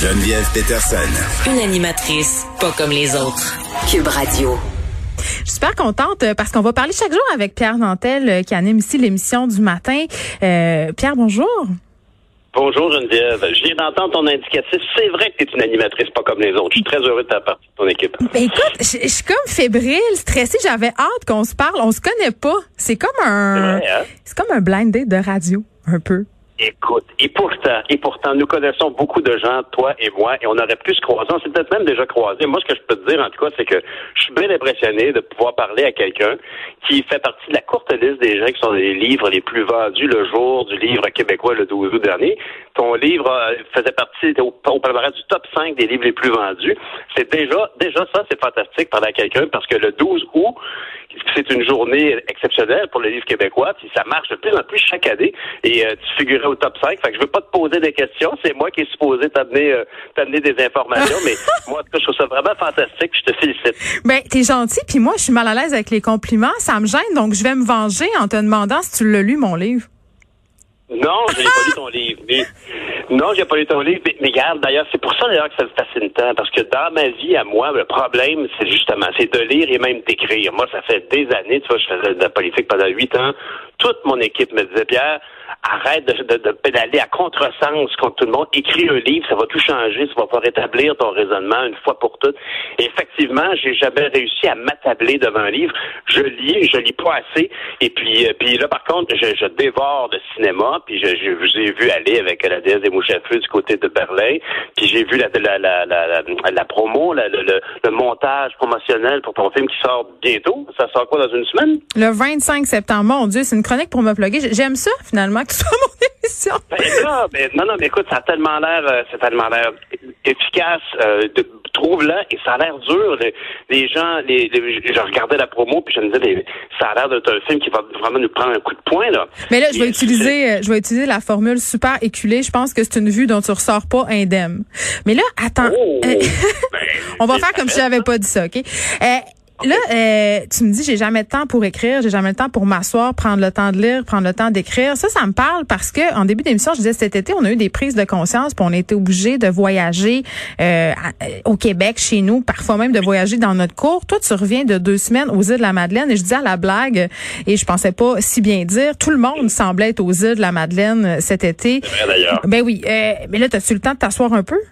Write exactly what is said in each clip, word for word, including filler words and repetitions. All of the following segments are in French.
Geneviève Peterson. Une animatrice pas comme les autres. Cube Radio. Je suis super contente parce qu'on va parler chaque jour avec Pierre Nantel qui anime ici l'émission du matin. Euh, Pierre, bonjour. Bonjour Geneviève. Je viens d'entendre ton indicatif. C'est vrai que tu es une animatrice pas comme les autres. Je suis très heureux de ta partie de ton équipe. Ben écoute, je, je suis comme fébrile, stressée. J'avais hâte qu'on se parle. On se connaît pas. C'est comme un, C'est vrai, hein? c'est comme un blind date de radio, un peu. Écoute, et pourtant, et pourtant, nous connaissons beaucoup de gens, toi et moi, et on aurait pu se croiser. On s'est peut-être même déjà croisés. Moi, ce que je peux te dire, en tout cas, c'est que je suis bien impressionné de pouvoir parler à quelqu'un qui fait partie de la courte liste des gens qui sont les livres les plus vendus le jour du livre québécois le douze août dernier. Ton livre euh, faisait partie au, au palmarès du top cinq des livres les plus vendus. C'est déjà, déjà ça, c'est fantastique parler à quelqu'un parce que le douze août, c'est une journée exceptionnelle pour le livre québécois, puis ça marche de plus en plus chaque année, et euh, tu figurais au top cinq, fait que je veux pas te poser des questions, c'est moi qui est supposé t'amener euh, t'amener des informations, mais moi, en tout cas, je trouve ça vraiment fantastique, je te félicite. Ben, t'es gentil, puis moi, je suis mal à l'aise avec les compliments, ça me gêne, donc je vais me venger en te demandant si tu l'as lu, mon livre. Non, je n'ai pas lu ton livre, mais non, j'ai pas lu ton livre, mais, mais regarde, d'ailleurs, c'est pour ça d'ailleurs que ça me fascine tant, parce que dans ma vie, à moi, le problème, c'est justement, c'est de lire et même d'écrire. Moi, ça fait des années, tu vois, je faisais de la politique pendant huit ans, toute mon équipe me disait, Pierre, arrête de, de, de pédaler à contresens contre tout le monde, écris un livre, ça va tout changer, ça va pouvoir rétablir ton raisonnement une fois pour toutes. Et effectivement, j'ai jamais réussi à m'attabler devant un livre. Je lis, je lis pas assez, et puis, euh, puis là, par contre, je, je dévore de cinéma, puis je, je vous ai vu aller avec la déesse des mouches à feu du côté de Berlin, puis j'ai vu la, la, la, la, la, la promo, la, le, le, le montage promotionnel pour ton film qui sort bientôt. Ça sort quoi, dans une semaine? Le vingt-cinq septembre, mon Dieu, c'est une chronique pour me plugger. J'aime ça, finalement, que ce soit mon émission. Ben là, ben, non, non, mais écoute, ça a tellement l'air, euh, ça a tellement l'air efficace, euh, de, trouve-le, et ça a l'air dur. Les, les gens, les, les, je regardais la promo, puis je me disais, les, ça a l'air d'être un film qui va vraiment nous prendre un coup de poing, là. Mais là, je vais et, utiliser, je vais utiliser la formule super éculée. Je pense que c'est une vue dont tu ressors pas indemne. Mais là, attends. Oh, euh, ben, on va faire comme si j'avais pas dit ça, OK? Euh, Là, euh, tu me dis, j'ai jamais de temps pour écrire, j'ai jamais le temps pour m'asseoir, prendre le temps de lire, prendre le temps d'écrire. Ça, ça me parle parce que en début d'émission, je disais cet été, on a eu des prises de conscience, puis on a été obligés de voyager euh, à, au Québec, chez nous, parfois même de voyager dans notre cours. Toi, tu reviens de deux semaines aux îles de la Madeleine, et je dis à la blague, et je pensais pas si bien dire, tout le monde semblait être aux îles de la Madeleine cet été. C'est vrai, d'ailleurs. Ben oui, euh, mais là, t'as-tu le temps de t'asseoir un peu?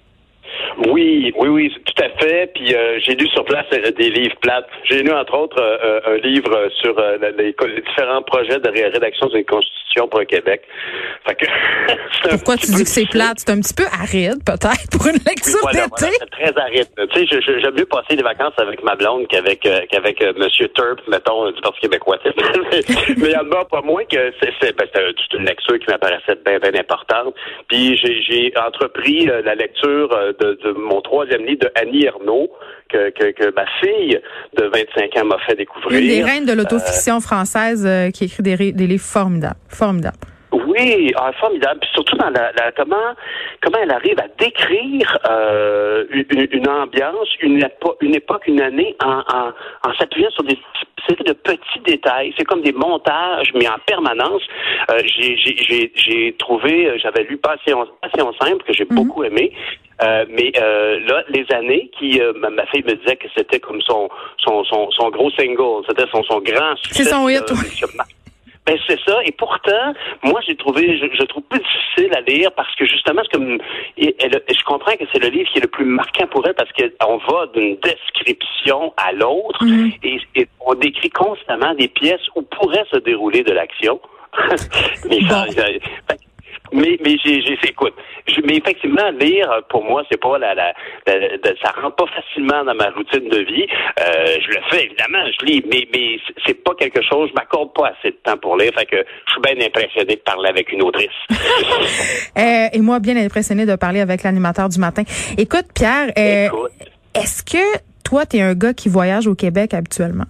Oui, oui, oui, tout à fait. Puis euh, j'ai lu sur place euh, des livres plates. J'ai lu entre autres euh, un livre sur euh, les, les différents projets de ré- rédaction d'une constitution pour le Québec. Fait que pourquoi tu dis que c'est plate? C'est un petit peu aride, peut-être, pour une lecture oui, voilà, d'été. Voilà, c'est très aride. Tu sais, je, je, j'aime mieux passer les vacances avec ma blonde qu'avec euh, qu'avec euh, Monsieur Turp, mettons, du Parti québécois. mais il y en a pas moins que c'est, c'est, ben, c'est une lecture qui m'apparaissait bien, bien importante. Puis j'ai, j'ai entrepris euh, la lecture euh, de, de mon troisième livre de Annie Ernaux, que, que, que ma fille de vingt-cinq ans m'a fait découvrir. Une des reines de l'autofiction euh, française euh, qui écrit des, des livres formidables. Formidables. Oui, ah, formidable. Puis surtout dans la, la comment comment elle arrive à décrire euh, une, une ambiance, une époque, une époque, une année en, en, en s'appuyant sur des séries de petits détails. C'est comme des montages, mais en permanence. Euh, j'ai, j'ai, j'ai, j'ai trouvé, j'avais lu Passion, Passion simple que j'ai mm-hmm. beaucoup aimé. Euh, mais euh, là, les années qui, euh, ma, ma fille me disait que c'était comme son son son, son gros single, c'était son son grand succès. C'est son hit. Euh, Ben c'est ça, et pourtant, moi j'ai trouvé, je, je trouve plus difficile à lire parce que justement, c'est comme, elle, elle, je comprends que c'est le livre qui est le plus marquant pour elle parce qu'on va d'une description à l'autre mm-hmm. et, et on décrit constamment des pièces où pourrait se dérouler de l'action. mais, bon. ça, ça, mais mais j'ai j'ai écoute, je, mais effectivement lire pour moi c'est pas la la, la, la ça rentre pas facilement dans ma routine de vie. Euh, je le fais évidemment, je lis, mais mais c'est pas quelque chose, je m'accorde pas assez de temps pour lire, fait que je suis bien impressionné de parler avec une autrice. euh, et moi bien impressionné de parler avec l'animateur du matin. Écoute Pierre, euh, écoute. Est-ce que toi t'es un gars qui voyage au Québec habituellement?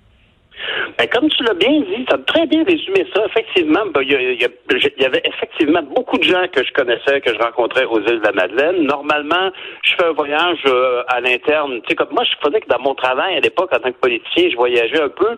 Ben, comme tu l'as bien dit, tu as très bien résumé ça. Effectivement, ben, il y, y, y avait effectivement beaucoup de gens que je connaissais, que je rencontrais aux îles de la Madeleine. Normalement, je fais un voyage euh, à l'interne. Tu sais, comme moi, je faisais que dans mon travail à l'époque, en tant que politicien, je voyageais un peu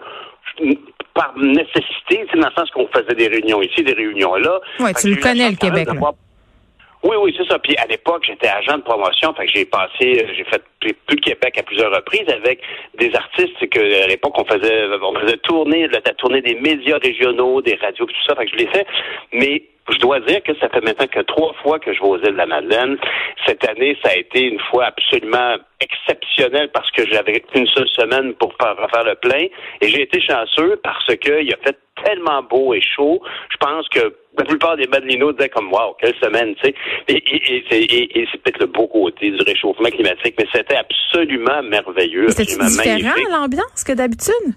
par nécessité, dans le sens qu'on faisait des réunions ici, des réunions là. Oui, tu le connais, le Québec. Oui, oui, c'est ça. Puis à l'époque, j'étais agent de promotion, fait que j'ai passé, j'ai fait plus le Québec à plusieurs reprises avec des artistes que à l'époque on faisait, on faisait tourner, la tournée des médias régionaux, des radios, tout ça. Fait que je l'ai fait, mais je dois dire que ça fait maintenant que trois fois que je vais aux îles de la Madeleine. Cette année, ça a été une fois absolument exceptionnelle parce que j'avais une seule semaine pour faire, refaire le plein. Et j'ai été chanceux parce que il a fait tellement beau et chaud. Je pense que la plupart des Madelinots disaient comme wow, quelle semaine, tu sais. Et, et, et, et, et c'est peut-être le beau côté du réchauffement climatique, mais c'était absolument merveilleux. C'était différent l'ambiance que d'habitude?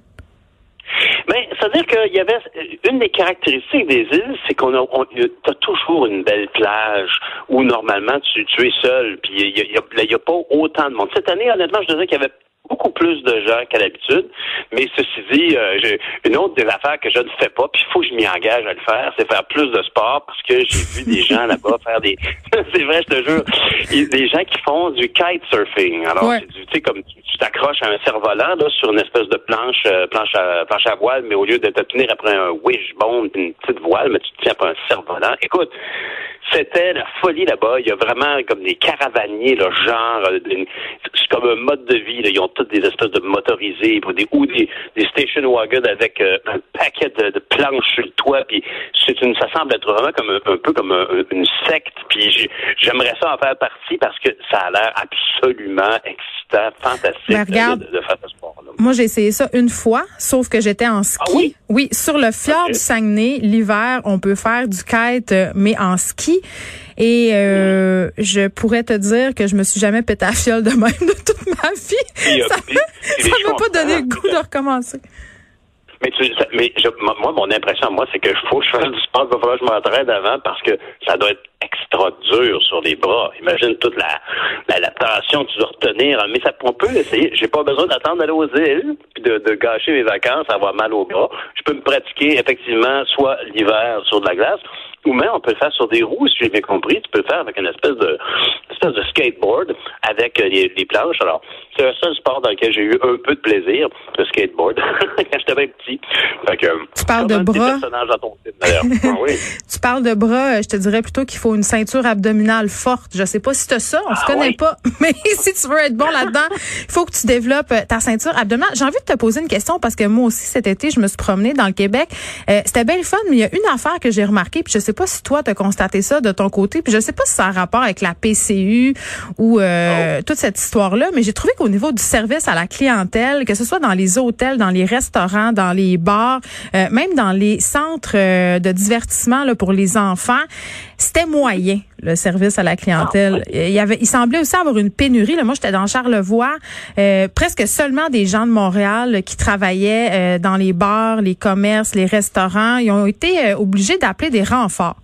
Mais c'est-à-dire qu'il y avait une des caractéristiques des îles, c'est qu'on a on, t'as toujours une belle plage où normalement tu, tu es seul, puis il y a, y, a, y a pas autant de monde. Cette année, honnêtement, je dirais qu'il y avait beaucoup plus de gens qu'à l'habitude, mais ceci dit, euh, j'ai une autre des affaires que je ne fais pas, puis il faut que je m'y engage à le faire, c'est faire plus de sport, parce que j'ai vu des gens là-bas faire des, c'est vrai, je te jure, il y a des gens qui font du kitesurfing. Alors, ouais. tu sais, comme tu, tu t'accroches à un cerf-volant là sur une espèce de planche, euh, planche à planche à voile, mais au lieu de te tenir après un wishbone, une petite voile, mais tu te tiens après un cerf-volant. Écoute, c'était la folie là-bas. Il y a vraiment comme des caravaniers, là, genre, c'est comme un mode de vie. Là. Ils ont toutes des espèces de motorisés des, ou des, des station wagons avec euh, un paquet de, de planches sur le toit. Puis c'est une, ça semble être vraiment comme un, un peu comme un, une secte. Puis j'aimerais ça en faire partie parce que ça a l'air absolument excitant, fantastique. Ben, regarde, de, de, de faire ce sport-là. Moi, j'ai essayé ça une fois, sauf que j'étais en ski. Ah oui? Oui, sur le fjord okay. du Saguenay, l'hiver, on peut faire du kite, mais en ski. Et euh, je pourrais te dire que je me suis jamais pété à fiole de même de toute ma vie. Ça ne m'a pas donné le goût de recommencer. Mais, tu, ça, mais je, moi, mon impression, moi, c'est que faut que je fasse du sport, il va falloir que je m'entraîne avant parce que ça doit être extra dur sur les bras. Imagine toute la, la, la tension que tu dois retenir. Mais ça, on peut essayer. J'ai pas besoin d'attendre d'aller aux îles puis de, de gâcher mes vacances, avoir mal aux bras. Je peux me pratiquer effectivement soit l'hiver sur de la glace, ou même on peut le faire sur des roues, si j'ai bien compris. Tu peux le faire avec une espèce de une espèce de skateboard avec les, les planches. Alors, c'est le seul sport dans lequel j'ai eu un peu de plaisir, le skateboard, quand j'étais bien petit. Fait que, tu parles de bras. Dans ton film, d'ailleurs. Ah, oui. Tu parles de bras, je te dirais plutôt qu'il faut une ceinture abdominale forte. Je sais pas si tu as ça, on ah, se connaît oui. pas. Mais si tu veux être bon là-dedans, il faut que tu développes ta ceinture abdominale. J'ai envie de te poser une question parce que moi aussi, cet été, je me suis promenée dans le Québec. Euh, c'était bien le fun, mais il y a une affaire que j'ai remarquée, puis je sais pas si toi, tu as constaté ça de ton côté, puis je sais pas si ça a un rapport avec la P C U ou euh, oh. toute cette histoire-là, mais j'ai trouvé qu'au niveau du service à la clientèle, que ce soit dans les hôtels, dans les restaurants, dans les bars, euh, même dans les centres euh, de divertissement là, pour les enfants, c'était moyen, le service à la clientèle. Oh, ouais. Il y avait, il semblait aussi avoir une pénurie. Là. Moi, j'étais dans Charlevoix, euh, presque seulement des gens de Montréal là, qui travaillaient euh, dans les bars, les commerces, les restaurants. Ils ont été euh, obligés d'appeler des renforts.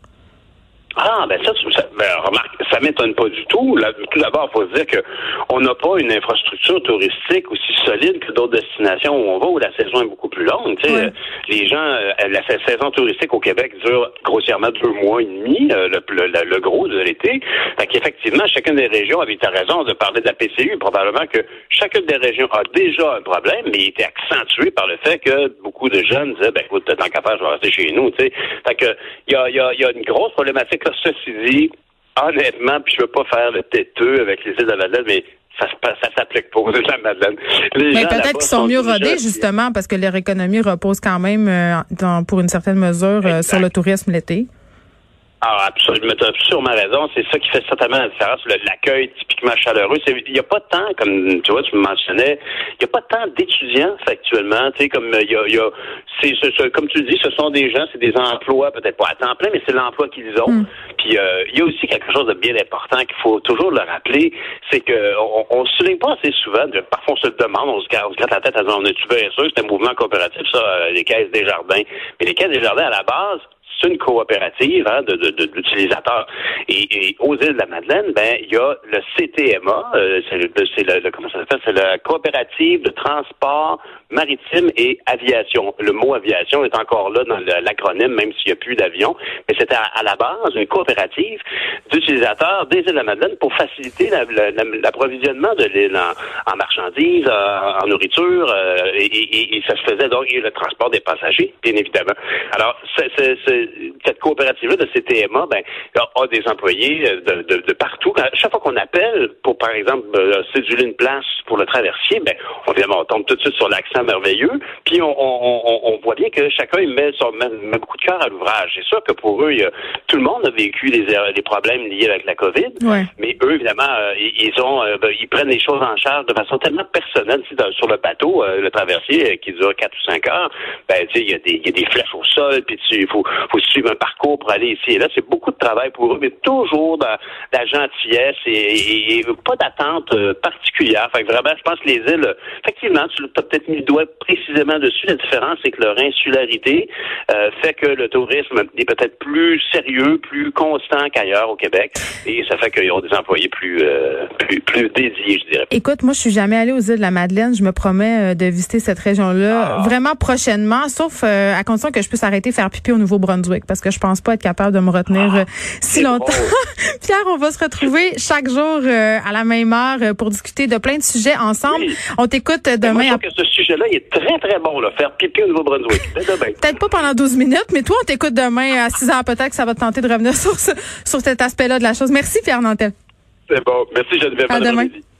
Ah, ben ça, ça ben, remarque, ça m'étonne pas du tout. Là, tout d'abord, il faut se dire que on n'a pas une infrastructure touristique aussi solide que d'autres destinations où on va, où la saison est beaucoup plus longue. Tu sais, ouais. Les gens, la saison touristique au Québec dure grossièrement deux mois et demi, le, le, le, le gros de l'été. Fait qu'effectivement, chacune des régions avait raison de parler de la P C U. Probablement que chacune des régions a déjà un problème, mais il était accentué par le fait que beaucoup de jeunes disaient, ben écoute, tant qu'à faire, je vais rester chez nous. Tu sais, fait que il y a, y a, y a une grosse problématique. Là, ceci dit, honnêtement, puis je veux pas faire le têteux avec les îles de la Madeleine, mais ça, ça s'applique pas aux îles de la Madeleine. Les mais peut-être qu'ils sont mieux rodés, justement, parce que leur économie repose quand même, euh, dans, pour une certaine mesure, euh, sur le tourisme l'été. Ah, absolument, tu as sûrement raison. C'est ça qui fait certainement la différence. L'accueil typiquement chaleureux. Il n'y a pas tant, comme tu vois, tu me mentionnais, il n'y a pas tant d'étudiants actuellement. Tu sais, comme il y a, y a c'est, c'est, comme tu le dis, ce sont des gens, c'est des emplois, peut-être pas à temps plein, mais c'est l'emploi qu'ils ont. Mm. Puis euh, il y a aussi quelque chose de bien important qu'il faut toujours le rappeler, c'est que on, on se souligne pas assez souvent. De, parfois on se le demande, on se gratte, on se gratte la tête à dire on est-tu bien sûr, c'est un mouvement coopératif, ça, les Caisses des Jardins. Mais les Caisses des Jardins, à la base, c'est une coopérative hein, de, de, de, d'utilisateurs. Et, et aux îles de la Madeleine, ben il y a le C T M A, euh, c'est, le, c'est le, le comment ça s'appelle, c'est la coopérative de transport maritime et aviation. Le mot aviation est encore là dans l'acronyme, même s'il n'y a plus d'avion, mais c'était à, à la base une coopérative d'utilisateurs des îles de la Madeleine pour faciliter la, la, la, l'approvisionnement de l'île en, en marchandises, en, en nourriture, euh, et, et, et ça se faisait donc le transport des passagers, bien évidemment. Alors, c'est, c'est, c'est, cette coopérative-là de C T M A, ben, a des employés de, de, de partout. À chaque fois qu'on appelle pour, par exemple, euh, céduler une place pour le traversier, ben, évidemment, on tombe tout de suite sur l'accent merveilleux, puis on, on, on, on voit bien que chacun il met, son, met, met beaucoup de cœur à l'ouvrage. C'est sûr que pour eux, il y a, tout le monde a vécu des, des problèmes liés avec la COVID, ouais. Mais eux, évidemment, euh, ils ont, euh, ben, ils prennent les choses en charge de façon tellement personnelle. Tu sais, dans, sur le bateau, euh, le traversier euh, qui dure quatre ou cinq heures, ben, tu sais, il y a des, il y a des flèches au sol, puis il faut, faut suivre un parcours pour aller ici et là. C'est beaucoup de travail pour eux, mais toujours dans la gentillesse et, et, et pas d'attente euh, particulière. Fait que vraiment, je pense que les îles, effectivement, tu as peut-être mis le doigt précisément dessus. La différence, c'est que leur insularité euh, fait que le tourisme est peut-être plus sérieux, plus constant qu'ailleurs au Québec, et ça fait qu'ils ont des employés plus, euh, plus, plus dédiés, je dirais. Écoute, moi, je suis jamais allée aux îles de la Madeleine. Je me promets de visiter cette région-là ah. vraiment prochainement, sauf euh, à condition que je puisse arrêter de faire pipi au Nouveau-Brunswick, parce que je pense pas être capable de me retenir ah, si longtemps. Pierre, on va se retrouver chaque jour euh, à la même heure euh, pour discuter de plein de sujets ensemble. Oui. On t'écoute demain. Moi, je trouve que ce sujet-là, il est très, très bon, là, faire pipi au Nouveau-Brunswick. Peut-être pas pendant douze minutes, mais toi, on t'écoute demain à six heures. Peut-être que ça va te tenter de revenir sur, ce, sur cet aspect-là de la chose. Merci, Pierre Nantel. C'est bon. Merci, Geneviève. À demain.